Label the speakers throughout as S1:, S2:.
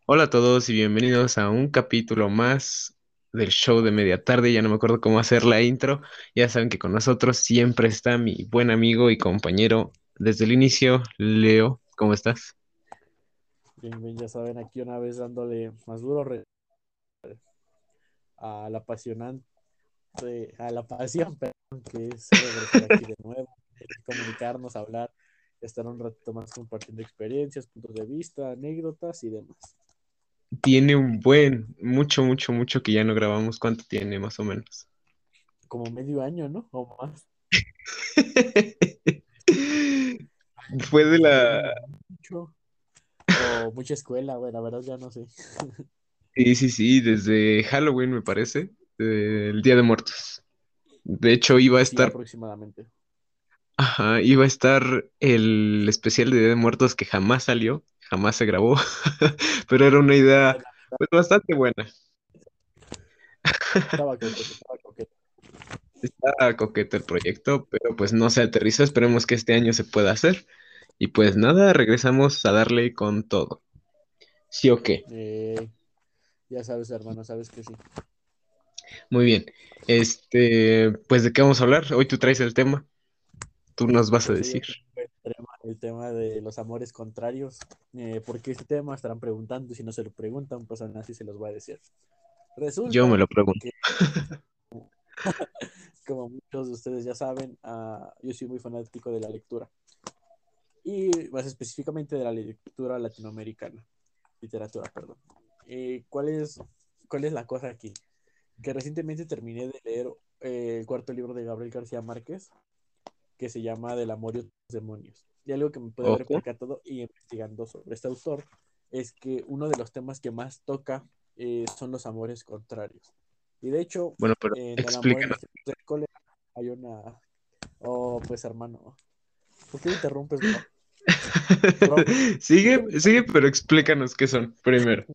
S1: Hola a todos y bienvenidos a un capítulo más del show de media tarde. Ya no me acuerdo cómo hacer la intro. Ya saben que con nosotros siempre está mi buen amigo y compañero desde el inicio, Leo. ¿Cómo estás?
S2: Bien, bien, ya saben, aquí una vez dándole más duro a la apasionante, a la pasión, perdón, que es regresar aquí de nuevo, comunicarnos, hablar, estar un ratito más compartiendo experiencias, puntos de vista, anécdotas y demás.
S1: Tiene mucho que ya no grabamos. ¿Cuánto tiene más o menos?
S2: Como medio año, ¿no? O más.
S1: Fue de
S2: Pues
S1: la...
S2: tiene mucho. O mucha escuela, bueno, la verdad ya no sé.
S1: Sí, desde Halloween me parece, el Día de Muertos. De hecho, iba a
S2: Sí,
S1: estar.
S2: aproximadamente.
S1: Ajá, iba a estar el especial de Día de Muertos que jamás salió, jamás se grabó, pero era una idea pues bastante buena.
S2: Estaba coqueto, estaba coqueto.
S1: Está coqueto el proyecto, pero pues no se aterrizó, esperemos que este año se pueda hacer. Y pues nada, regresamos a darle con todo. ¿Sí o qué?
S2: Eh, ya sabes, hermano, sabes que sí.
S1: Muy bien. Pues ¿de qué vamos a hablar? Hoy tú traes el tema, tú nos vas a
S2: Pues hoy
S1: decir.
S2: el tema de los amores contrarios. ¿Por qué este tema? Estarán preguntando y si no se lo preguntan, pues aún así se los voy a decir.
S1: Yo me
S2: Resulta
S1: lo pregunto.
S2: que, como muchos de ustedes ya saben, yo soy muy fanático de la lectura y más específicamente de la lectura latinoamericana, literatura, perdón. ¿Cuál es la cosa aquí? Que recientemente terminé de leer el cuarto libro de Gabriel García Márquez, que se llama Del amor y otros demonios. Y algo que me puede haber
S1: Ojo.
S2: percatado y investigando sobre este autor es que uno de los temas que más toca son los amores contrarios. Y de hecho,
S1: Bueno, pero
S2: en El amor en
S1: explícanos.
S2: los tiempos del cólera hay una... Oh, pues hermano, ¿por qué me interrumpes, bro? Bro, ¿por qué me
S1: Sigue,
S2: interrumpes?
S1: pero explícanos qué son primero.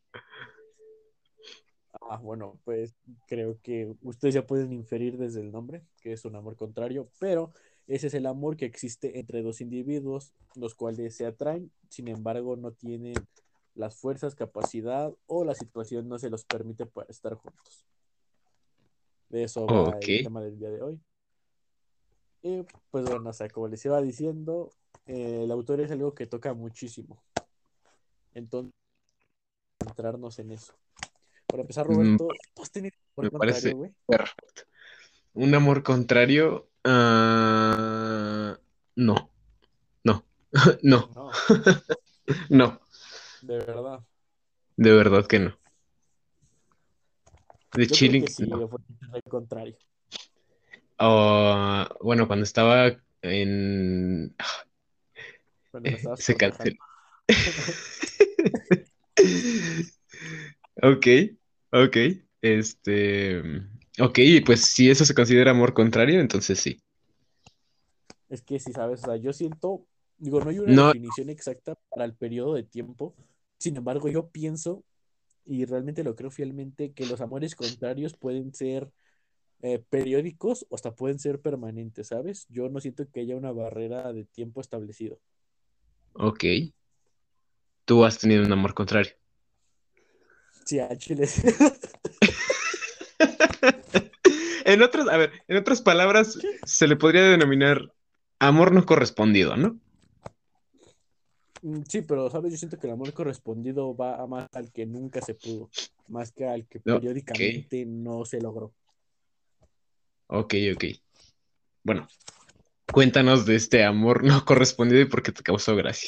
S2: Bueno, pues creo que ustedes ya pueden inferir desde el nombre que es un amor contrario, pero ese es el amor que existe entre dos individuos, los cuales se atraen, sin embargo no tienen las fuerzas, capacidad o la situación no se los permite para estar juntos. De eso va
S1: Ok.
S2: el tema del día de hoy. Y pues bueno, o sea, como les iba diciendo, el autor es algo que toca muchísimo. Entonces, centrarnos en eso. Para empezar,
S1: Mm,
S2: Roberto, ¿tú has tenido un amor
S1: Me
S2: contrario,
S1: parece
S2: güey?
S1: perfecto. Un amor contrario. No, no, no,
S2: No,
S1: no,
S2: de verdad.
S1: de verdad que no. De
S2: Yo creo
S1: chilling,
S2: que sí,
S1: no.
S2: fue al contrario.
S1: Bueno, cuando estaba en...
S2: Cuando me estabas
S1: Se canceló.
S2: cortejando.
S1: Ok, ok. Este... Ok, pues si eso se considera amor contrario, entonces sí.
S2: Es que si sabes, o sea, yo siento, digo, no hay una
S1: No,
S2: definición exacta para el periodo de tiempo. Sin embargo, yo pienso, y realmente lo creo fielmente, que los amores contrarios pueden ser periódicos o hasta pueden ser permanentes, ¿sabes? Yo no siento que haya una barrera de tiempo establecido.
S1: ok. Tú has tenido un amor contrario.
S2: Sí, a Chile.
S1: A ver, en otras palabras, se le podría denominar amor no correspondido, ¿no?
S2: Sí, pero, ¿sabes? Yo siento que el amor correspondido va a más al que nunca se pudo, más que al que
S1: No, ok,
S2: periódicamente no se logró.
S1: ok. Bueno, cuéntanos de este amor no correspondido y por qué te causó gracia.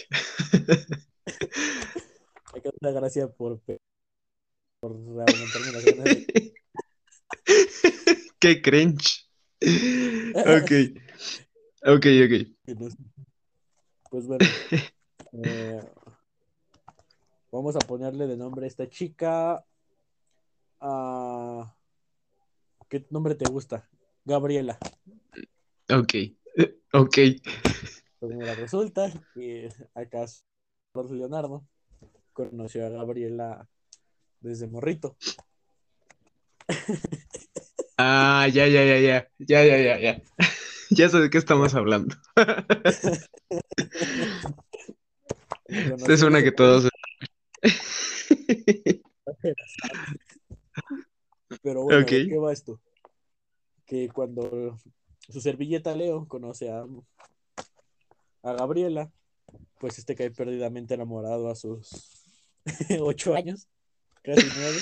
S2: Me causa gracia por aumentarme las ganas de...
S1: Qué cringe. Ok, ok.
S2: Pues bueno, eh, vamos a ponerle de nombre a esta chica. ah, ¿Qué nombre te gusta? Gabriela.
S1: Ok, ok.
S2: Pues mira, resulta que acá Leonardo conoció a Gabriela desde morrito.
S1: Ya. Ya sé de qué estamos
S2: Bueno,
S1: hablando.
S2: lo
S1: Esta es
S2: conoció
S1: una
S2: desde
S1: que
S2: morrito.
S1: todos...
S2: Pero bueno,
S1: Ok.
S2: ¿de qué va esto? Que cuando su servilleta Leo conoce a Gabriela, pues este cae perdidamente enamorado a sus 8 años, casi 9.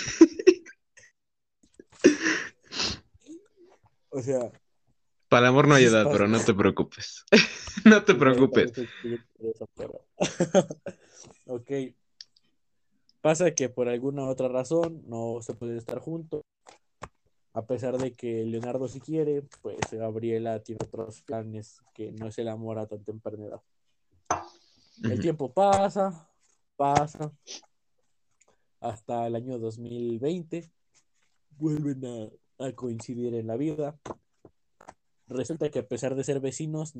S2: O sea,
S1: Para el amor no hay edad,
S2: pasa.
S1: pero no te preocupes. No te
S2: Sí, no, yo también
S1: preocupes.
S2: estoy creyendo de eso, pero. Ok, pasa que por alguna otra razón no se pueden estar juntos, a pesar de que Leonardo si quiere, pues Gabriela tiene otros planes que no es el amor a tan temprana edad. El
S1: Ujú.
S2: tiempo pasa, hasta el año 2020, vuelven a coincidir en la vida. Resulta que a pesar de ser vecinos,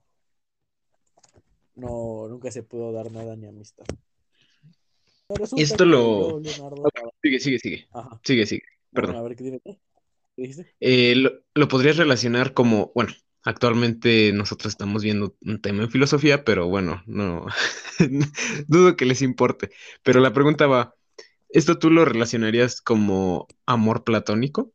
S2: nunca se pudo dar nada ni amistad. Pero resulta
S1: Esto
S2: que
S1: lo...
S2: yo, Leonardo,
S1: Ok, sigue, sigue, sigue.
S2: ajá,
S1: Sigue, sigue.
S2: bueno,
S1: Perdón.
S2: a ver qué dime, ¿qué dijiste?
S1: Lo podrías relacionar como, bueno, actualmente nosotros estamos viendo un tema en filosofía, pero bueno, no, dudo que les importe. Pero la pregunta va, ¿esto tú lo relacionarías como amor platónico?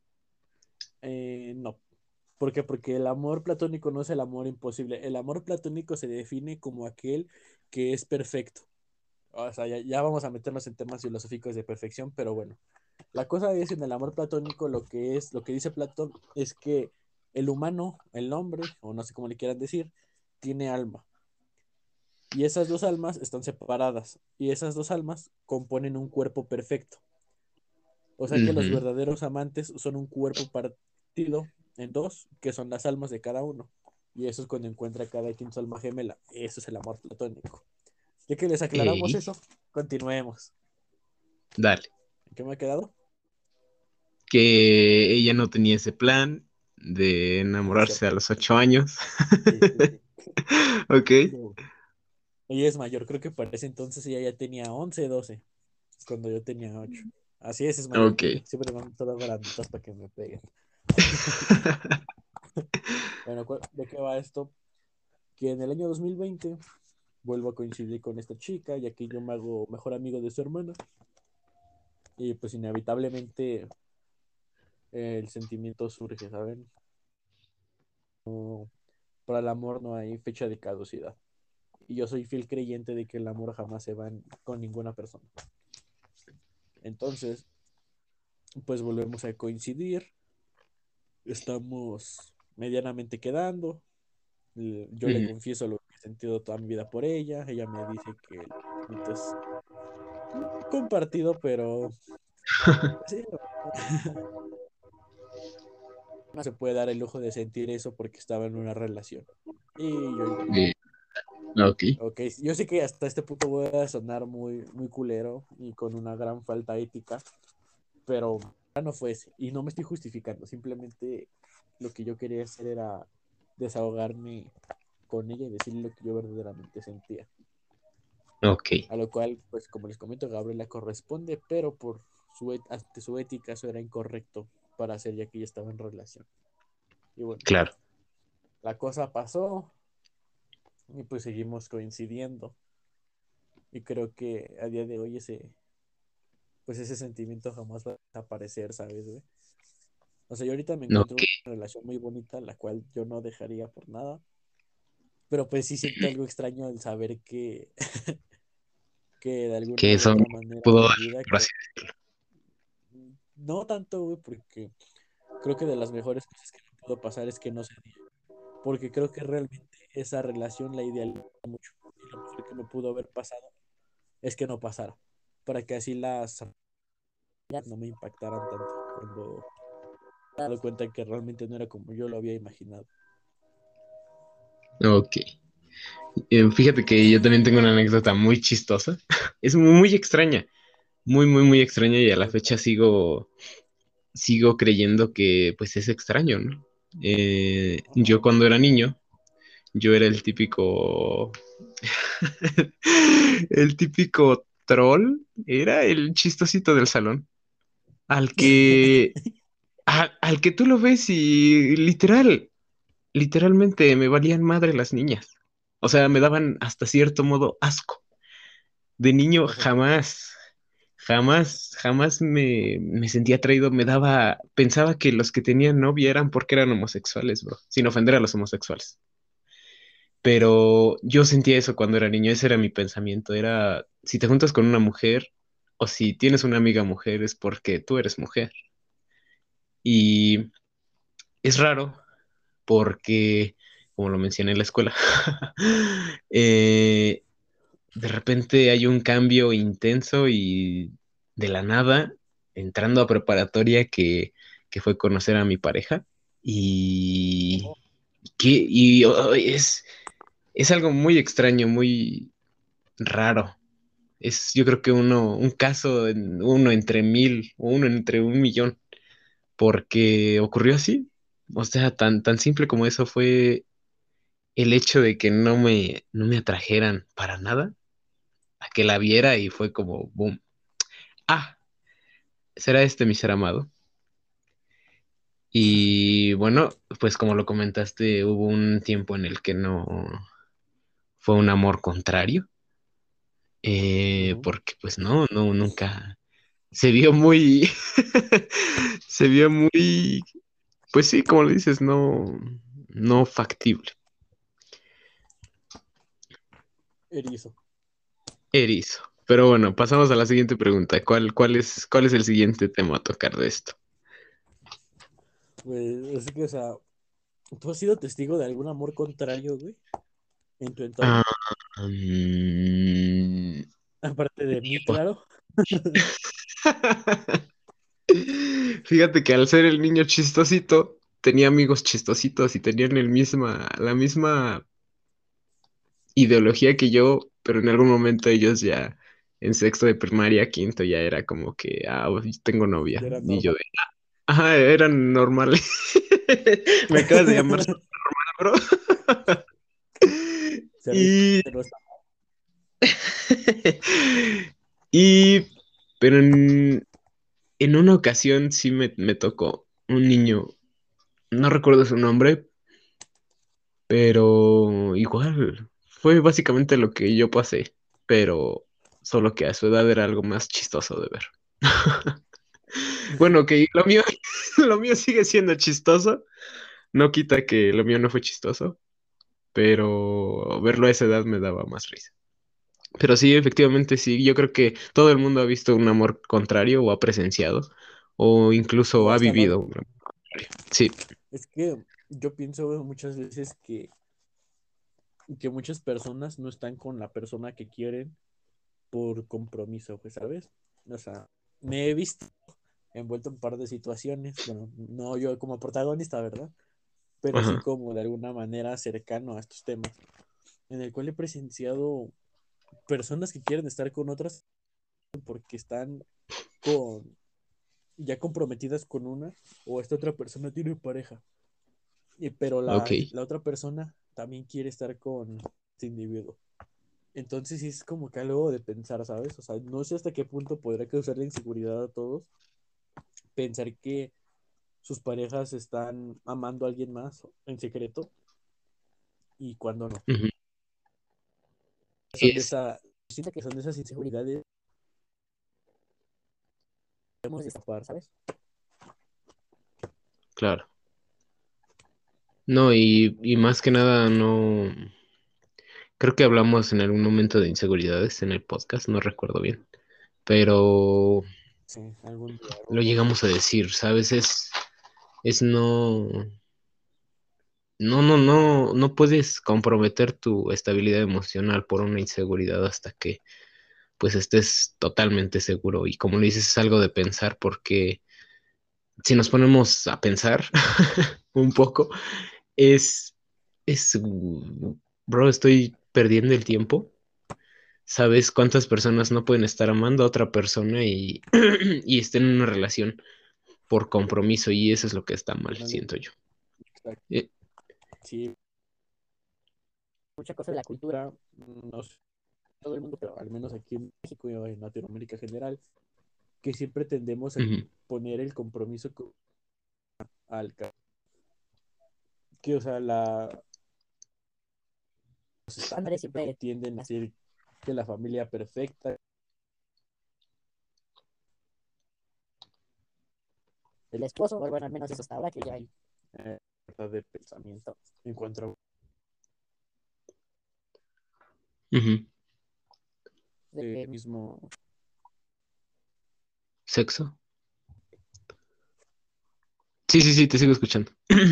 S2: No. ¿Por qué? Porque el amor platónico no es el amor imposible. El amor platónico se define como aquel que es perfecto. O sea, ya vamos a meternos en temas filosóficos de perfección, pero bueno. La cosa es en el amor platónico lo que dice Platón es que el humano, el hombre, o no sé cómo le quieran decir, tiene alma. Y esas dos almas están separadas. Y esas dos almas componen un cuerpo perfecto. O sea que los
S1: Ujú.
S2: verdaderos amantes son un cuerpo partido en dos, que son las almas de cada uno. Y eso es cuando encuentra cada quien su alma gemela. Eso es el amor platónico. Ya que les aclaramos
S1: Ey,
S2: eso, continuemos.
S1: dale.
S2: ¿En qué me ha quedado?
S1: Que ella no tenía ese plan de
S2: Ah, es
S1: enamorarse a
S2: cierto.
S1: los 8 años.
S2: Sí, sí, sí.
S1: Ok,
S2: No. Ella es mayor, creo que para ese entonces ella ya tenía 11 12 cuando yo tenía 8. Así es mayor
S1: ok.
S2: que yo. Siempre me han todas granditas para que me peguen. Bueno, ¿de qué va esto? Que en el año 2020 vuelvo a coincidir con esta chica, ya que yo me hago mejor amigo de su hermana. Y pues inevitablemente el sentimiento surge, ¿saben? Para el amor no hay fecha de caducidad. Y yo soy fiel creyente de que el amor jamás se va con ninguna persona. Entonces, pues volvemos a coincidir. Estamos medianamente quedando. Yo le
S1: Ujú.
S2: confieso lo que he sentido toda mi vida por ella. Ella me dice que el sentimiento es compartido, pero pues, sí, no se puede dar el lujo de sentir eso porque estaba en una relación. Y yo igual.
S1: Eh, ok.
S2: Ok, yo sé que hasta este punto voy a sonar muy culero y con una gran falta ética, pero ya no fue ese. Y no me estoy justificando, simplemente lo que yo quería hacer era desahogarme con ella y decirle lo que yo verdaderamente sentía.
S1: Ok,
S2: A lo cual, pues como les comento, Gabriela corresponde, pero ante su ética eso era incorrecto para hacer ya que ella estaba en relación. Y bueno,
S1: claro.
S2: la cosa pasó y pues seguimos coincidiendo. Y creo que a día de hoy pues ese sentimiento jamás va a desaparecer, ¿sabes, güey? O sea, yo ahorita me encuentro
S1: Ok.
S2: en una relación muy bonita, la cual yo no dejaría por nada, pero pues sí siento algo extraño el saber que de alguna
S1: Que
S2: u
S1: eso no
S2: otra manera
S1: pudo
S2: en
S1: dar,
S2: mi vida,
S1: por así decirlo.
S2: no tanto, güey, porque creo que de las mejores cosas que me pudo pasar es que no se dio, porque creo que realmente esa relación la idealizo mucho, y lo mejor que me pudo haber pasado es que no pasara, para que así las no me impactaran tanto cuando me he dado cuenta que realmente no era como yo lo había imaginado.
S1: Ok. Fíjate que yo también tengo una anécdota muy chistosa. Es muy extraña, muy, muy, muy extraña y a la fecha
S2: Cuéntame.
S1: sigo creyendo que pues es extraño, ¿no?
S2: Ajá.
S1: Yo cuando era niño, yo era el típico, el típico troll, era el chistosito del salón, al que, al que tú lo ves y literalmente me valían madre las niñas. O sea, me daban hasta cierto modo asco. De niño
S2: ¿Eso por qué?
S1: Jamás me sentía atraído, pensaba que los que tenían novia eran porque eran homosexuales, bro, sin ofender a los homosexuales. Pero yo sentía eso cuando era niño, ese era mi pensamiento, era, si te juntas con una mujer o si tienes una amiga mujer es porque tú eres mujer. Y es raro porque, como lo mencioné en la escuela, eh, de repente hay un cambio intenso y de la nada, entrando a preparatoria que fue conocer a mi pareja y, es algo muy extraño, muy raro. Es, yo creo que un caso, uno entre mil, o uno entre un millón, porque ocurrió así. O sea, tan simple como eso fue el hecho de que no me atrajeran para nada, a que la viera y fue como, boom. Ah, será este mi ser amado. Y bueno, pues como lo comentaste, hubo un tiempo en el que no fue un amor contrario,
S2: Ujú.
S1: porque pues nunca se vio muy, se vio muy, pues sí, como lo dices, no factible.
S2: Erizo.
S1: Erizo. Pero bueno, pasamos a la siguiente pregunta. Cuál es el siguiente tema a tocar de esto?
S2: Pues, así que, o sea, ¿tú has sido testigo de algún amor contrario, güey, en tu
S1: Ah,
S2: entorno?
S1: mm,
S2: Aparte de mí, claro.
S1: Fíjate que al ser el niño chistosito, tenía amigos chistositos y tenían la misma ideología que yo, pero en algún momento ellos ya en sexto de primaria, quinto, ya era como que, tengo novia.
S2: Ya era
S1: Y yo
S2: normal.
S1: de, ajá, eran normales. Me acabas de llamar, bro.
S2: Se ríe,
S1: Y,
S2: no está.
S1: y, pero en una ocasión sí me tocó un niño, no recuerdo su nombre, pero igual, fue básicamente lo que yo pasé, pero solo que a su edad era algo más chistoso de ver. Bueno, que lo mío, lo mío sigue siendo chistoso, no quita que lo mío no fue chistoso, pero verlo a esa edad me daba más risa. Pero sí, efectivamente, sí, yo creo que todo el mundo ha visto un amor contrario o ha presenciado o incluso
S2: O
S1: ha
S2: hasta lo.
S1: vivido un amor contrario. Sí,
S2: Es que yo pienso muchas veces que muchas personas no están con la persona que quieren por compromiso, pues, ¿sabes? O sea, me he visto envuelto en un par de situaciones, bueno, no yo como protagonista, ¿verdad? Pero sí
S1: ajá,
S2: como de alguna manera cercano a estos temas, en el cual he presenciado personas que quieren estar con otras porque están con ya comprometidas con una o esta otra persona tiene pareja, pero
S1: ok.
S2: la otra persona también quiere estar con este individuo. Entonces sí es como que algo de pensar, ¿sabes? O sea, no sé hasta qué punto podrá causarle inseguridad a todos pensar que sus parejas están amando a alguien más en secreto y cuando no.
S1: Ujú.
S2: Son de
S1: Es
S2: esa, siento que son de esas inseguridades que debemos destapar, ¿sabes?
S1: claro. No, y más que nada, no. Creo que hablamos en algún momento de inseguridades en el podcast, no recuerdo bien, pero
S2: Sí, algún día,
S1: lo
S2: algún momento.
S1: llegamos a decir, ¿sabes? Es no puedes comprometer tu estabilidad emocional por una inseguridad hasta que pues estés totalmente seguro. Y como le dices, es algo de pensar porque si nos ponemos a pensar un poco, es, bro, estoy perdiendo el tiempo. ¿Sabes cuántas personas no pueden estar amando a otra persona y estén en una relación por compromiso? Y eso es lo que está mal,
S2: Con alguien.
S1: siento yo.
S2: Exacto.
S1: Eh,
S2: Sí, mucha cosa de la cultura, no sé, todo el mundo, pero al menos aquí en México y en Latinoamérica en general, que siempre tendemos a
S1: ujú.
S2: poner el compromiso al que, o sea, los estándares siempre tienden a decir que la familia perfecta el esposo, o bueno, al menos eso hasta ahora que ya hay libertad de pensamiento en cuanto
S1: Ujú.
S2: a mismo.
S1: ¿Sexo? Sí, sí, sí, te sigo escuchando.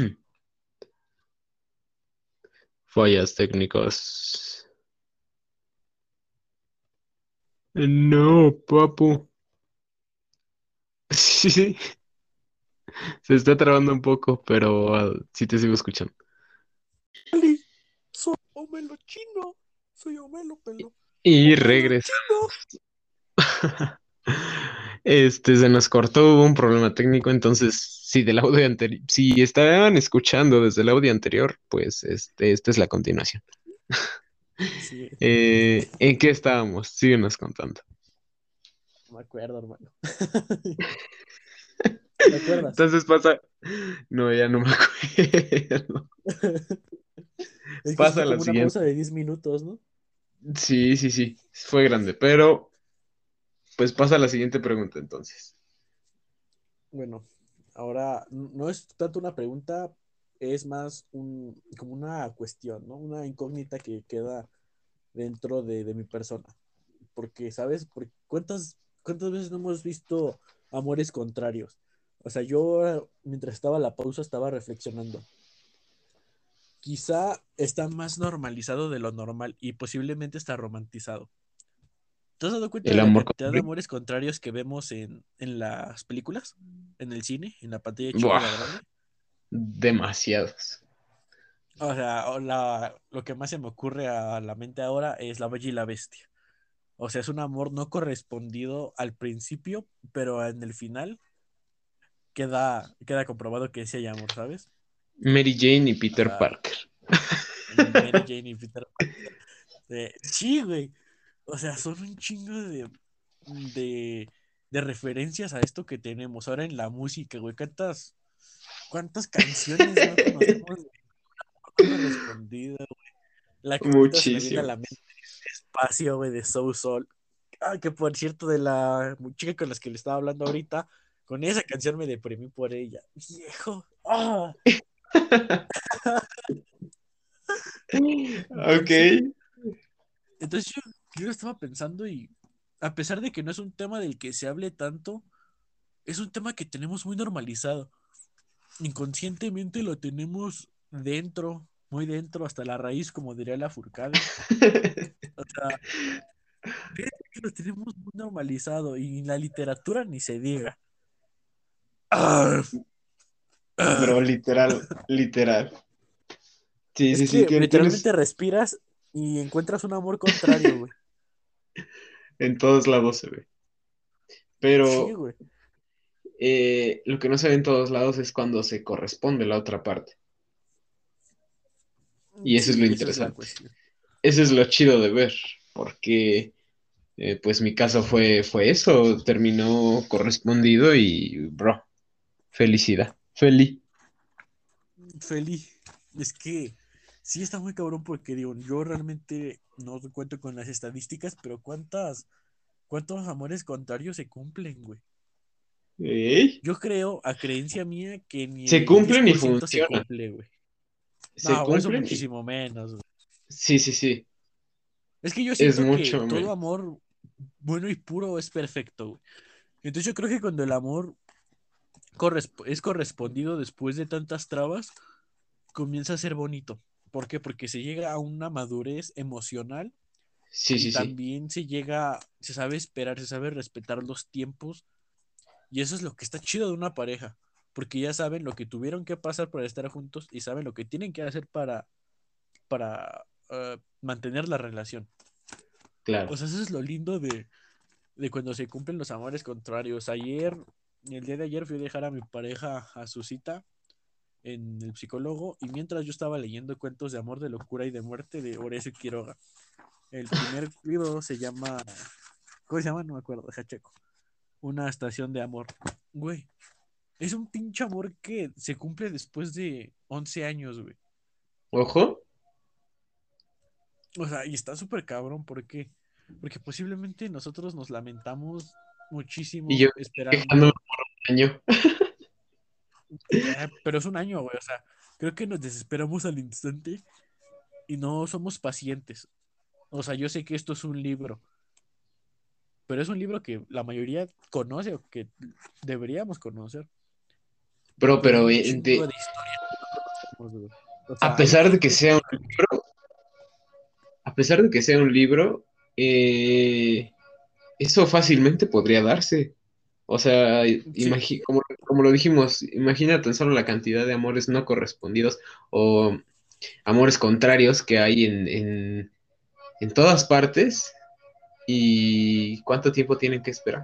S1: Fallas técnicas. No, papu. Sí, sí, se está trabando un poco, pero sí te sigo escuchando.
S2: Soy Homelo Chino, soy Homelo Pelo,
S1: Y
S2: Homelo
S1: regresa.
S2: Chino.
S1: Se nos cortó, hubo un problema técnico, entonces, si del audio anterior, si estaban escuchando desde el audio anterior, pues esta es la continuación.
S2: Sí,
S1: ¿En qué estábamos? Síguenos contando.
S2: no me acuerdo, hermano. ¿Te acuerdas?
S1: Entonces pasa, no, ya no me acuerdo.
S2: Es que
S1: Pasa
S2: fue
S1: la
S2: como una
S1: siguiente.
S2: pausa de 10 minutos, ¿no?
S1: Sí, sí, sí, fue grande, pero pues pasa la siguiente pregunta entonces.
S2: Bueno, ahora no es tanto una pregunta, es más como una cuestión, ¿no? Una incógnita que queda dentro de mi persona. Porque, ¿sabes? ¿Cuántas veces no hemos visto amores contrarios? O sea, yo mientras estaba la pausa estaba reflexionando. Quizá está más normalizado de lo normal y posiblemente está romantizado. ¿Te has dado cuenta
S1: El
S2: de la
S1: amor
S2: cantidad de
S1: con...
S2: amores contrarios que vemos en las películas? En el cine, en la pantalla chica y
S1: Buah,
S2: la grande.
S1: demasiados.
S2: O sea, lo que más se me ocurre a la mente ahora es La Bella y la Bestia. O sea, es un amor no correspondido al principio, pero en el final queda comprobado que sí hay amor, ¿sabes?
S1: Mary Jane y
S2: O
S1: Peter
S2: sea,
S1: Parker.
S2: Mary Jane y Peter Parker. Sí, güey. O sea, son un chingo de, de referencias a esto que tenemos ahora en la música, güey. ¿Cuántas canciones no conocemos de amor correspondido? La que ahorita se me viene a la mente
S1: Muchísimos.
S2: es Espacio, güey, de Soul Sol. Ah, que por cierto, de la chica con la que le estaba hablando ahorita, con esa canción me deprimí por ella. Viejo. Ah.
S1: Ok.
S2: Entonces, entonces yo estaba pensando y a pesar de que no es un tema del que se hable tanto, es un tema que tenemos muy normalizado. Inconscientemente lo tenemos dentro, muy dentro, hasta la raíz, como diría la Furcade. O sea, fíjate que lo tenemos muy normalizado y en la literatura ni se diga. Ah,
S1: Bro,
S2: ah.
S1: literal, literal. Sí,
S2: Es
S1: sí, sí,
S2: que
S1: tienes
S2: literalmente respiras y encuentras un amor contrario, güey.
S1: en todos lados se ve.
S2: Sí,
S1: Pero
S2: güey.
S1: lo que no se ve en todos lados es cuando se corresponde la otra parte. Y eso es lo
S2: Sí, esa es la
S1: interesante.
S2: cuestión.
S1: Eso es lo chido de ver, porque pues mi caso fue eso, terminó correspondido y, bro, felicidad, feliz.
S2: Feliz. Es que sí está muy cabrón porque digo, yo realmente no cuento con las estadísticas, pero ¿cuántos amores contrarios se cumplen, güey?
S1: ¿Eh?
S2: Yo creo, a creencia mía, que ni
S1: Se
S2: el
S1: cumplen y
S2: 10% se
S1: funcionan.
S2: cumple, güey.
S1: Se
S2: No, eso
S1: cumplen y...
S2: muchísimo menos, güey.
S1: Sí, sí, sí,
S2: Es que yo
S1: es
S2: siento que
S1: mucho
S2: todo
S1: menos.
S2: amor bueno y puro es perfecto, güey. Entonces yo creo que cuando el amor es correspondido después de tantas trabas, comienza a ser bonito. ¿Por qué? Porque se llega a una madurez emocional
S1: Sí,
S2: y
S1: sí, sí,
S2: también se sabe esperar, se sabe respetar los tiempos y eso es lo que está chido de una pareja, porque ya saben lo que tuvieron que pasar para estar juntos y saben lo que tienen que hacer para mantener la relación.
S1: claro.
S2: O sea, eso es lo lindo de cuando se cumplen los amores contrarios. El día de ayer fui a dejar a mi pareja a su cita en el psicólogo y mientras yo estaba leyendo cuentos de amor, de locura y de muerte de Horacio Quiroga. El primer libro se llama, ¿cómo se llama? No me acuerdo, deja checo. Una estación de amor. Güey, es un pinche amor que se cumple después de 11 años, güey.
S1: Ojo,
S2: O sea, y está súper cabrón, ¿por qué? Porque posiblemente nosotros nos lamentamos
S1: y yo
S2: muchísimo
S1: quejándome
S2: esperando.
S1: un año.
S2: Pero es un año, güey. O sea, creo que nos desesperamos al instante y no somos pacientes. O sea, yo sé que esto es un libro, pero es un libro que la mayoría conoce o que deberíamos conocer. Pero hay
S1: Pero
S2: un chingo de historias que no conocemos, güey. O
S1: a
S2: sea, hay
S1: pesar de que
S2: gente que
S1: sea un libro, a pesar de que sea un libro, eso fácilmente podría darse. O sea,
S2: sí,
S1: como lo dijimos, imagina tan solo la cantidad de amores no correspondidos o amores contrarios que hay en todas partes y cuánto tiempo tienen que esperar.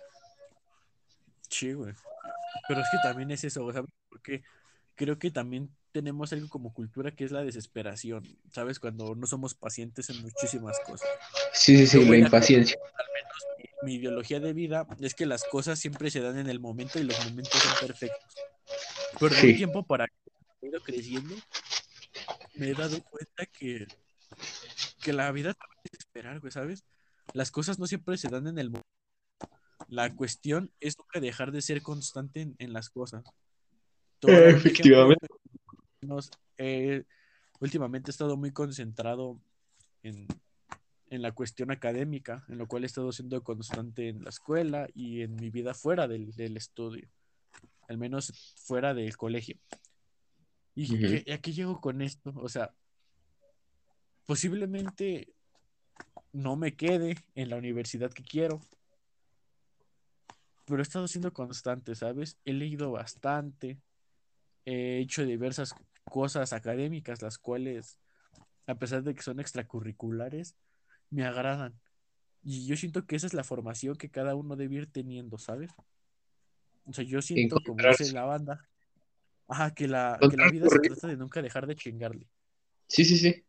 S2: sí, güey. Pero es que también es eso, ¿sabes? Porque creo que también tenemos algo como cultura que es la desesperación, ¿sabes? Cuando no somos pacientes en muchísimas cosas.
S1: Sí, sí,
S2: Yo
S1: sí, la
S2: voy a,
S1: impaciencia.
S2: al menos mi ideología de vida es que las cosas siempre se dan en el momento y los momentos son perfectos. Pero de un
S1: Sí,
S2: tiempo para acá, he ido creciendo, me he dado cuenta que la vida también es esperar, güey, ¿sabes? Las cosas no siempre se dan en el momento. La cuestión es nunca dejar de ser constante en las cosas. Te voy a dar un ejemplo.
S1: efectivamente.
S2: Nos, eh, últimamente he estado muy concentrado en, en la cuestión académica, en lo cual he estado siendo constante en la escuela y en mi vida fuera del estudio, al menos fuera del colegio.
S1: Ujú.
S2: ¿A qué llego con esto? O sea, posiblemente no me quede en la universidad que quiero, pero he estado siendo constante, ¿sabes? He leído bastante, he hecho diversas cosas académicas, las cuales, a pesar de que son extracurriculares, me agradan. Y yo siento que esa es la formación que cada uno debe ir teniendo, ¿sabes? O sea, yo siento, como dice
S1: Encontrarse.
S2: la banda, ajá, que la
S1: Encontrar
S2: vida
S1: tu
S2: se
S1: ritmo.
S2: trata de nunca dejar de chingarle.
S1: Sí, sí, sí.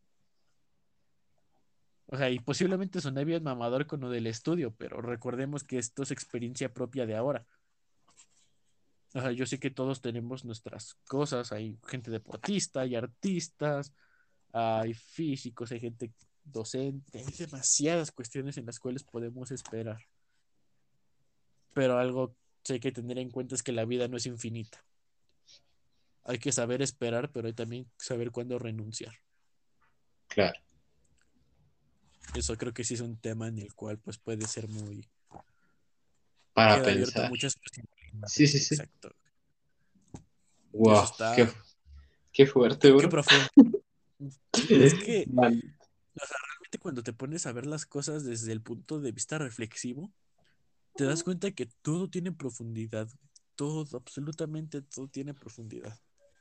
S2: O sea, y posiblemente soné bien mamador con lo del estudio, pero recordemos que esto es experiencia propia de ahora. O sea, yo sé que todos tenemos nuestras cosas, hay gente deportista, hay artistas, hay físicos, hay gente docente, hay demasiadas cuestiones en las cuales podemos esperar. Pero algo que hay que tener en cuenta es que la vida no es infinita. Hay que saber esperar, pero hay también que saber cuándo renunciar.
S1: Claro.
S2: Eso creo que sí es un tema en el cual pues puede ser muy...
S1: Para
S2: Queda abierto a
S1: pensar.
S2: muchas
S1: Sí, sí,
S2: posibilidades,
S1: sí.
S2: exacto. Y eso
S1: Wow,
S2: está...
S1: qué fuerte,
S2: Qué
S1: bro.
S2: profundo. Sí, es que
S1: Man.
S2: o sea, realmente cuando te pones a ver las cosas desde el punto de vista reflexivo, te das cuenta que todo tiene profundidad. Todo, absolutamente todo tiene profundidad.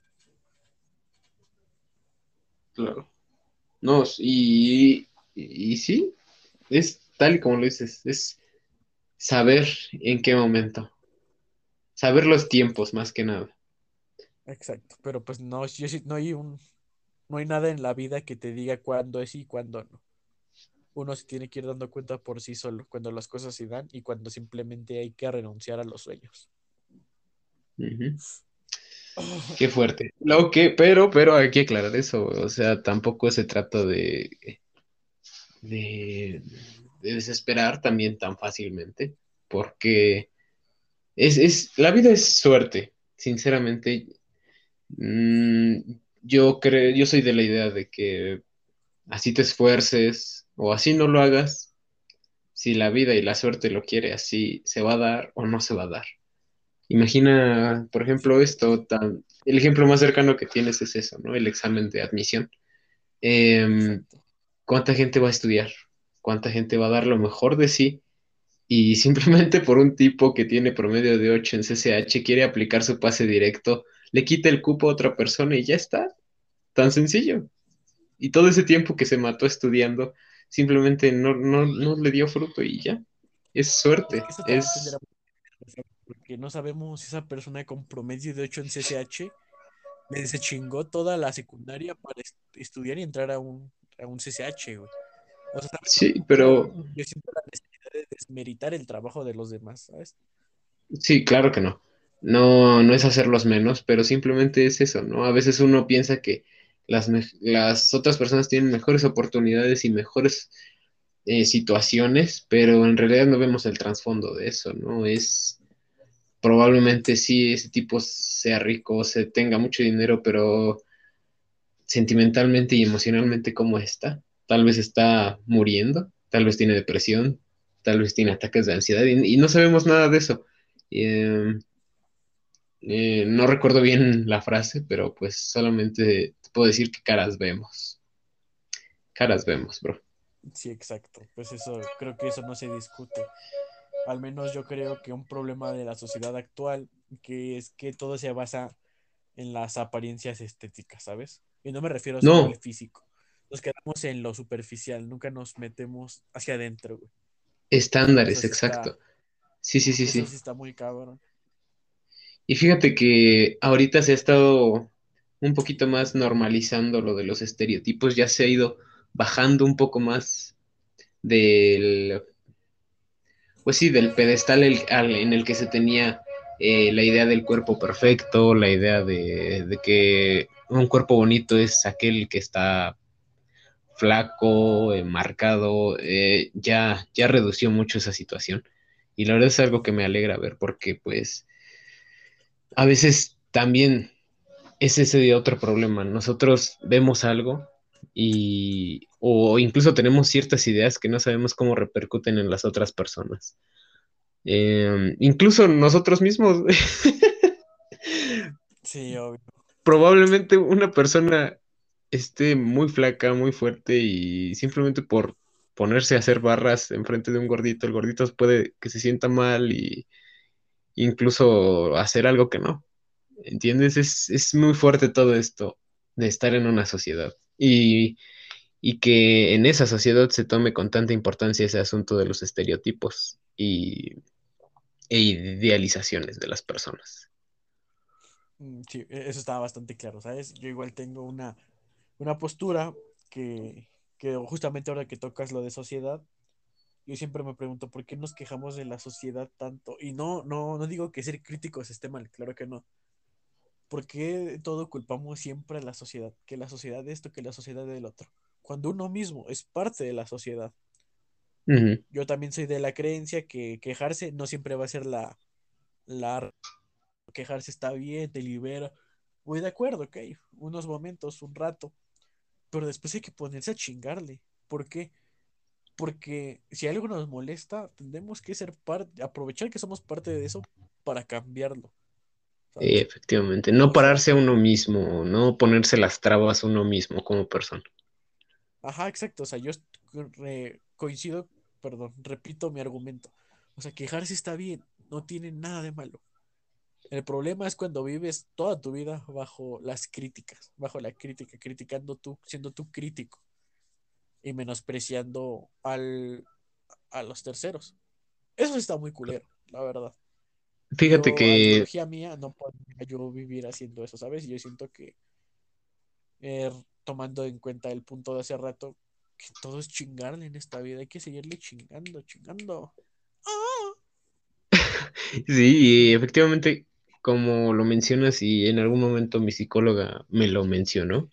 S1: Claro. No, y sí, es tal y como lo dices, es saber en qué momento, saber los tiempos más que nada.
S2: Exacto. Pero pues no, no hay no hay nada en la vida que te diga cuándo es y cuándo no. Uno se tiene que ir dando cuenta por sí solo, cuando las cosas se dan y cuando simplemente hay que renunciar a los sueños.
S1: Ujú. Qué fuerte. Lo que, pero hay que aclarar eso, o sea, tampoco se trata de, de desesperar también tan fácilmente, porque la vida es suerte, sinceramente. Mm, yo soy de la idea de que así te esfuerces o así no lo hagas, si la vida y la suerte lo quiere así, se va a dar o no se va a dar. Imagina, por ejemplo, el ejemplo más cercano que tienes es eso, ¿no? El examen de admisión. Em,
S2: Exacto.
S1: ¿Cuánta gente va a estudiar? ¿Cuánta gente va a dar lo mejor de sí? Y simplemente por un tipo que tiene promedio de 8 en CCH quiere aplicar su pase directo, le quita el cupo a otra persona y ya está. Tan sencillo. Y todo ese tiempo que se mató estudiando, simplemente no le dio fruto y ya. Es
S2: Es
S1: suerte.
S2: que esto también tendrá
S1: Es,
S2: razón, porque no sabemos si esa persona con promedio de 8 en CCH se chingó toda la secundaria para estudiar y entrar a un CCH, güey. O sea, ¿sabes?
S1: sí,
S2: Tampoco
S1: pero
S2: yo siento la necesidad de desmeritar el trabajo de los demás, ¿sabes?
S1: sí, claro que no. No es hacerlos menos, pero simplemente es eso, ¿no? A veces uno piensa que las otras personas tienen mejores oportunidades y mejores situaciones, pero en realidad no vemos el trasfondo de eso, ¿no? probablemente sí ese tipo sea rico, se tenga mucho dinero, pero sentimentalmente y emocionalmente, ¿cómo está? Tal vez está muriendo, tal vez tiene depresión, tal vez tiene ataques de ansiedad y no sabemos nada de eso. Eh, no recuerdo bien la frase, pero pues solamente te puedo decir que caras vemos. Caras vemos, bro.
S2: Sí, exacto. Pues eso, creo que eso no se discute. Al menos yo creo que un problema de la sociedad actual, que es que todo se basa en las apariencias estéticas, ¿sabes? Y no me refiero solo al
S1: No,
S2: físico. Nos quedamos en lo superficial, nunca nos metemos hacia adentro, güey. Eso
S1: estándares,
S2: sí está,
S1: exacto. Sí, sí, sí,
S2: eso
S1: sí.
S2: sí está muy cabrón.
S1: Y fíjate que ahorita se ha estado un poquito más normalizando lo de los estereotipos, ya se ha ido bajando un poco más del, pues sí, del pedestal en el que se tenía la idea del cuerpo perfecto, la idea de que un cuerpo bonito es aquel que está flaco, marcado, ya redució mucho esa situación. Y la verdad es algo que me alegra ver porque pues a veces también es ese de otro problema. Nosotros vemos algo o incluso tenemos ciertas ideas que no sabemos cómo repercuten en las otras personas. Incluso nosotros mismos,
S2: Sí, obvio.
S1: probablemente una persona esté muy flaca, muy fuerte y simplemente por ponerse a hacer barras enfrente de un gordito, el gordito puede que se sienta mal y incluso hacer algo que no. ¿Entiendes? Es muy fuerte todo esto de estar en una sociedad y que en esa sociedad se tome con tanta importancia ese asunto de los estereotipos e idealizaciones de las personas.
S2: Sí, eso está bastante claro, ¿sabes? Yo igual tengo una postura que justamente ahora que tocas lo de sociedad, yo siempre me pregunto por qué nos quejamos de la sociedad tanto. Y no digo que ser críticos esté mal, claro que no. ¿Por qué todo culpamos siempre a la sociedad? Que la sociedad de esto, que la sociedad del otro. Cuando uno mismo es parte de la sociedad.
S1: Ujú.
S2: Yo también soy de la creencia que quejarse no siempre va a ser la quejarse está bien, te libera. Voy de acuerdo, ok, unos momentos, un rato, pero después hay que ponerse a chingarle. ¿Por qué? Porque si algo nos molesta, tenemos que ser parte, aprovechar que somos parte de eso para cambiarlo, ¿sabes?
S1: Efectivamente, no
S2: O sea,
S1: pararse a uno mismo, no ponerse las trabas a uno mismo como persona.
S2: ajá, exacto, o sea, coincido, perdón, repito mi argumento. O sea, quejarse está bien, no tiene nada de malo. El problema es cuando vives toda tu vida bajo las críticas, bajo la crítica, criticando tú, siendo tú crítico y menospreciando a los terceros. Eso sí está muy culero, la verdad.
S1: Fíjate
S2: Yo, a
S1: que,
S2: ideología mía, no podría yo vivir haciendo eso, ¿sabes? Yo siento que, tomando en cuenta el punto de hace rato, que todo es chingarle en esta vida, hay que seguirle chingando, chingando. ¡Ah!
S1: sí, y efectivamente, como lo mencionas y en algún momento mi psicóloga me lo mencionó,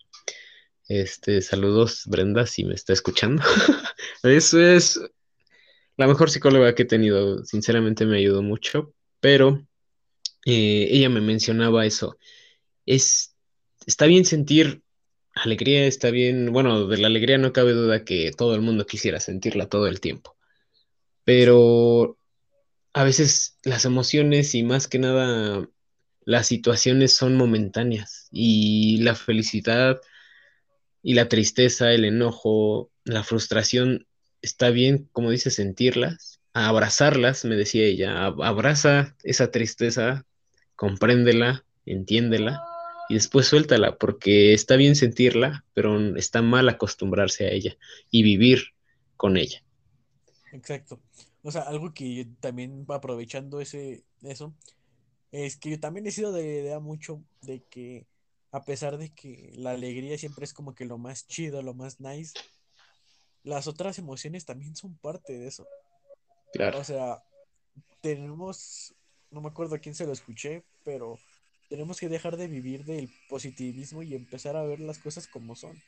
S1: saludos Brenda si me está escuchando. Eso es la mejor psicóloga que he tenido, sinceramente me ayudó mucho, pero ella me mencionaba eso. Es, está bien sentir alegría, está bien, bueno, de la alegría no cabe duda que todo el mundo quisiera sentirla todo el tiempo,
S2: Sí,
S1: pero a veces las emociones y más que nada las situaciones son momentáneas y la felicidad y la tristeza, el enojo, la frustración, está bien, como dice, sentirlas, abrazarlas, me decía ella, abraza esa tristeza, compréndela, entiéndela y después suéltala, porque está bien sentirla, pero está mal acostumbrarse a ella y vivir con ella.
S2: exacto. O sea, algo que yo también aprovechando eso, es que yo también he sido de la idea mucho de que a pesar de que la alegría siempre es como que lo más chido, lo más nice, las otras emociones también son parte de eso.
S1: Claro.
S2: O sea, tenemos, no me acuerdo a quién se lo escuché, pero tenemos que dejar de vivir del positivismo y empezar a ver las cosas como son.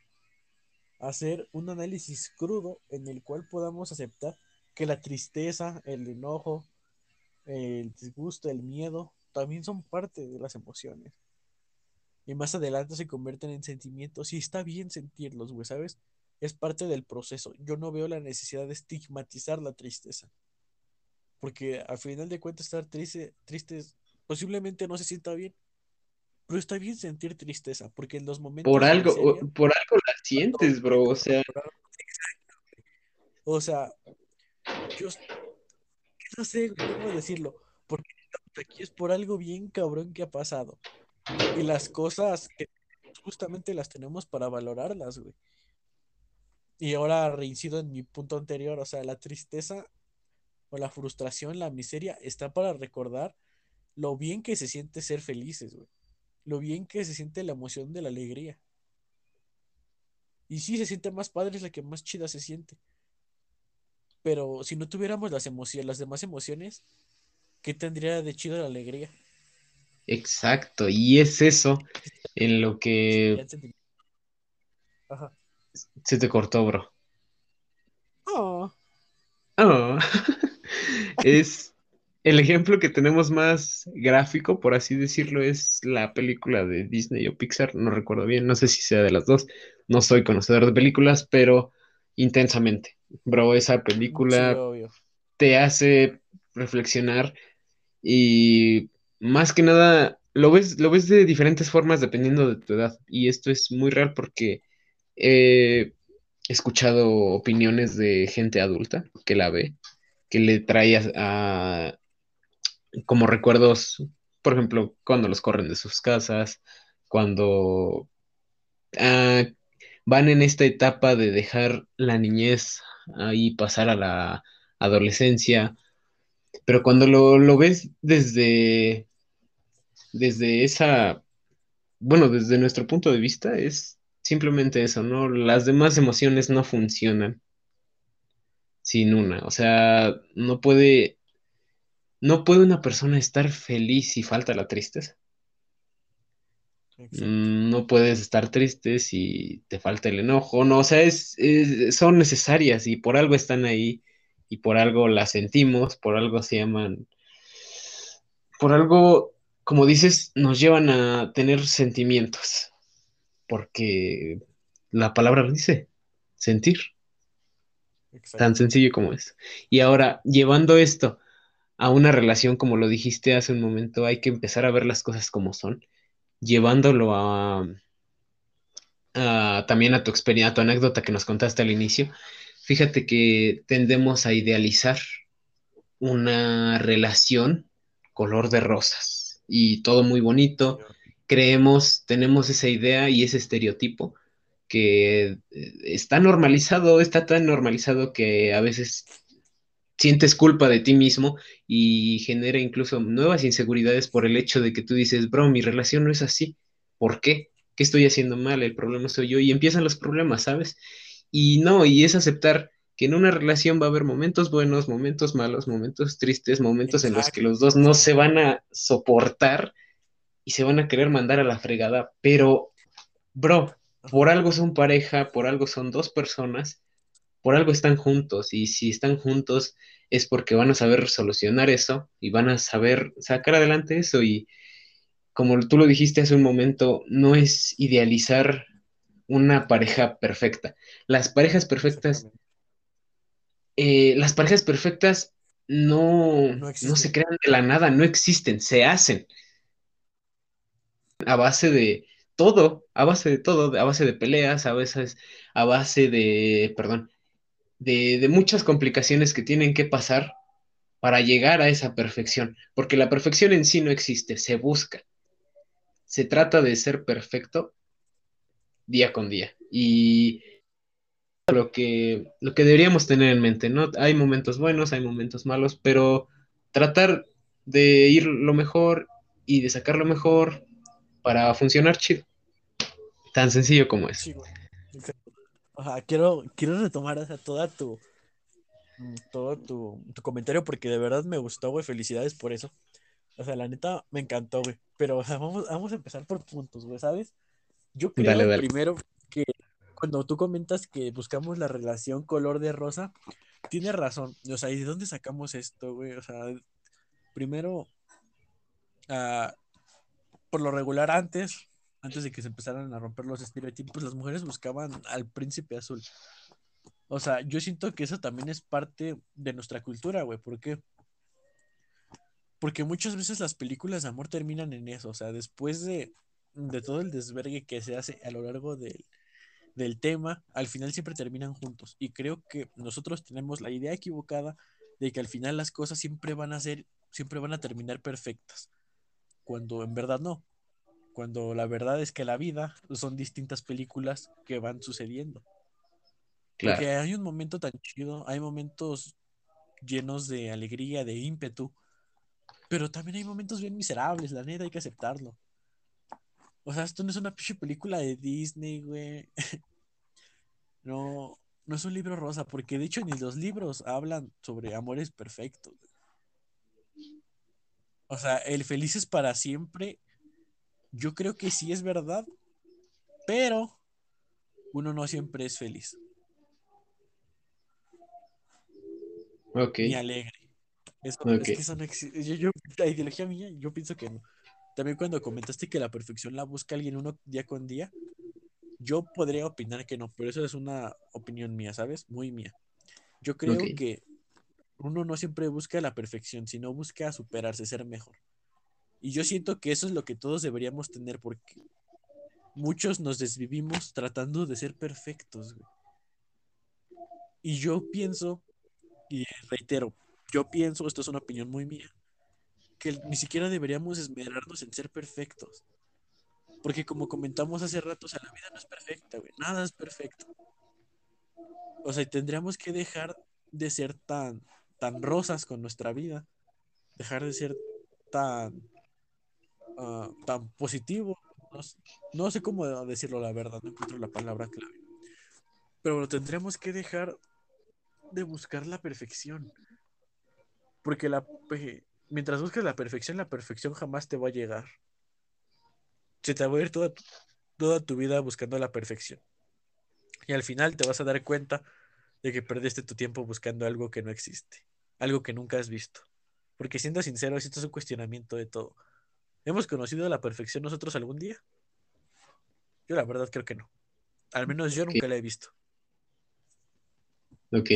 S2: Hacer un análisis crudo en el cual podamos aceptar que la tristeza, el enojo, el disgusto, el miedo, también son parte de las emociones. Y más adelante se convierten en sentimientos y está bien sentirlos, güey, ¿sabes? Es parte del proceso. Yo no veo la necesidad de estigmatizar la tristeza, porque al final de cuentas estar triste posiblemente no se sienta bien, pero está bien sentir tristeza, porque en los momentos de miseria,
S1: Por algo la
S2: cuando-
S1: sientes, bro. O sea,
S2: o sea, yo no sé güey, cómo decirlo, porque aquí es por algo bien cabrón que ha pasado. Y las cosas que justamente las tenemos para valorarlas, güey. Y ahora reincido en mi punto anterior, o sea, la tristeza o la frustración, la miseria, está para recordar lo bien que se siente ser felices, güey. Lo bien que se siente la emoción de la alegría. Y sí, se siente más padre, es la que más chida se siente. Pero si no tuviéramos las emociones, las demás emociones, ¿qué tendría de chido la alegría?
S1: exacto. Y es eso en lo que
S2: Serían sentimientos. Ajá.
S1: se te cortó, bro.
S2: Oh,
S1: Ah, es el ejemplo que tenemos más gráfico, por así decirlo, es la película de Disney o Pixar, no recuerdo bien, no sé si sea de las dos, no soy conocedor de películas, pero intensamente. Bro, esa
S2: sí,
S1: película
S2: obvio.
S1: te hace reflexionar y más que nada lo ves de diferentes formas dependiendo de tu edad. Y esto es muy real porque he escuchado opiniones de gente adulta que la ve, que le trae como recuerdos, por ejemplo, cuando los corren de sus casas, cuando ah, van en esta etapa de dejar la niñez ahí pasar a la adolescencia, pero cuando lo ves desde esa, bueno, desde nuestro punto de vista, es simplemente eso, ¿no? Las demás emociones no funcionan sin una, o sea, no puede una persona estar feliz si falta la tristeza.
S2: Exacto.
S1: No puedes estar triste si te falta el enojo, no, o sea, son necesarias y por algo están ahí y por algo las sentimos, por algo se llaman, por algo, como dices, nos llevan a tener sentimientos, porque la palabra lo dice, sentir, tan
S2: Exacto.
S1: sencillo como es. Y ahora, llevando esto a una relación, como lo dijiste hace un momento, hay que empezar a ver las cosas como son, llevándolo también a tu experiencia, a tu anécdota que nos contaste al inicio. Fíjate que tendemos a idealizar una relación color de rosas y todo muy
S2: Sí,
S1: bonito. Creemos, tenemos esa idea y ese estereotipo que está normalizado, está tan normalizado que a veces sientes culpa de ti mismo y genera incluso nuevas inseguridades por el hecho de que tú dices, bro, mi relación no es así. ¿Por qué? ¿Qué estoy haciendo mal? El problema soy yo. Y empiezan los problemas, ¿sabes? Y no, y es aceptar que en una relación va a haber momentos buenos, momentos malos, momentos tristes, momentos en los que
S2: exacto.
S1: los dos no se
S2: Exacto.
S1: van a soportar y se van a querer mandar a la fregada. Pero, bro, por
S2: Ajá.
S1: algo son pareja, por algo son dos personas, por algo están juntos y si están juntos es porque van a saber solucionar eso y van a saber sacar adelante eso y como tú lo dijiste hace un momento, no es idealizar una pareja perfecta. Las parejas perfectas,
S2: Exactamente.
S1: las parejas perfectas
S2: No
S1: no se
S2: existen.
S1: crean de la nada, no existen, se hacen a base de todo, a base de todo, a base de peleas, a veces a base de, perdón, de muchas complicaciones que tienen que pasar para llegar a esa perfección, porque la perfección en sí no existe, se busca, se trata de ser perfecto día con día y lo que deberíamos tener en mente, ¿no? Hay momentos buenos, hay momentos malos, pero tratar de ir lo mejor y de sacar lo mejor para funcionar chido, tan sencillo como eso.
S2: Sí, güey. Exacto. Ajá, quiero retomar, o sea, todo tu comentario porque de verdad me gustó, güey. Felicidades por eso. O sea, la neta me encantó, güey. Pero o sea, vamos a empezar por puntos, güey, ¿sabes? Yo
S1: Dale,
S2: creo
S1: dale.
S2: primero que cuando tú comentas que buscamos la relación color de rosa, tienes razón. O sea, ¿y de dónde sacamos esto, güey? O sea, Primero, ah, por lo regular antes de que se empezaran a romper los estereotipos, las mujeres buscaban al príncipe azul. O sea, yo siento que eso también es parte de nuestra cultura, güey. ¿Por qué? Porque muchas veces las películas de amor terminan en eso. O sea, después de todo el desvergue que se hace a lo largo del tema, al final siempre terminan juntos. Y creo que nosotros tenemos la idea equivocada de que al final las cosas siempre van a terminar perfectas. Cuando en verdad no. Cuando la verdad es que la vida son distintas películas que van sucediendo.
S1: Claro,
S2: Porque hay un momento tan chido, hay momentos llenos de alegría, de ímpetu, pero también hay momentos bien miserables, la neta, hay que aceptarlo. O sea, esto no es una pinche película de Disney, güey. No, no es un libro rosa, porque de hecho ni los libros hablan sobre amores perfectos. O sea, el felices para siempre, yo creo que sí es verdad, pero uno no siempre es feliz,
S1: ok,
S2: ni alegre.
S1: ok.
S2: Es que eso no existe. La ideología mía, yo pienso que no. También cuando comentaste que la perfección la busca alguien uno día con día, yo podría opinar que no, pero eso es una opinión mía, ¿sabes? Muy mía. Yo
S1: Ok,
S2: creo que uno no siempre busca la perfección, sino busca superarse, ser mejor. Y yo siento que eso es lo que todos deberíamos tener, porque muchos nos desvivimos tratando de ser perfectos, güey. Y yo pienso, y reitero, yo pienso, esto es una opinión muy mía, que ni siquiera deberíamos esmerarnos en ser perfectos. Porque como comentamos hace rato, o sea, la vida no es perfecta, güey. Nada es perfecto. O sea, y tendríamos que dejar de ser tan rosas con nuestra vida, dejar de ser tan, tan positivo. No, no sé cómo decirlo, la verdad, no encuentro la palabra clave. Pero bueno, tendríamos que dejar de buscar la perfección. Porque mientras busques la perfección jamás te va a llegar. Se te va a ir toda tu vida buscando la perfección. Y al final te vas a dar cuenta de que perdiste tu tiempo buscando algo que no existe, algo que nunca has visto. Porque siendo sincero, esto es un cuestionamiento de todo. ¿Hemos conocido la perfección nosotros algún día? Yo la verdad creo que no. Al menos yo
S1: ok,
S2: nunca la he visto.
S1: ok.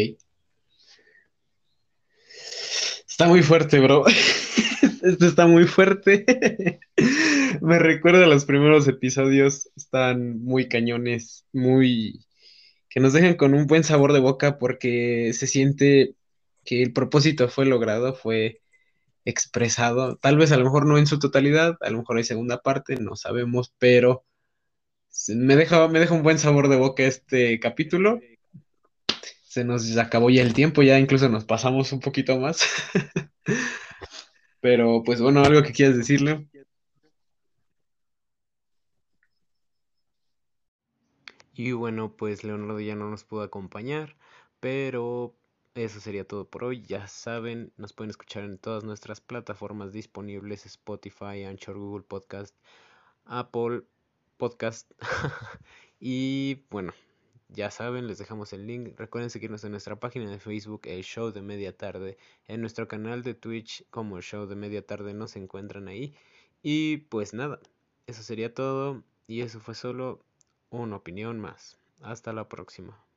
S1: Está muy fuerte, bro. Esto está muy fuerte. Me recuerda a los primeros episodios. Están muy cañones, muy que nos dejan con un buen sabor de boca porque se siente que el propósito fue logrado, fue expresado. Tal vez a lo mejor no en su totalidad, a lo mejor hay segunda parte, no sabemos, pero me deja un buen sabor de boca este capítulo. Se nos acabó ya el tiempo, ya incluso nos pasamos un poquito más. Pero pues bueno, algo que quieras decirle. Y bueno, pues Leonardo ya no nos pudo acompañar, pero eso sería todo por hoy. Ya saben, nos pueden escuchar en todas nuestras plataformas disponibles: Spotify, Anchor, Google Podcast, Apple Podcast. Y bueno, ya saben, les dejamos el link. Recuerden seguirnos en nuestra página de Facebook, El Show de Media Tarde. En nuestro canal de Twitch, como El Show de Media Tarde, nos encuentran ahí. Y pues nada, eso sería todo. Y eso fue solo una opinión más. Hasta la próxima.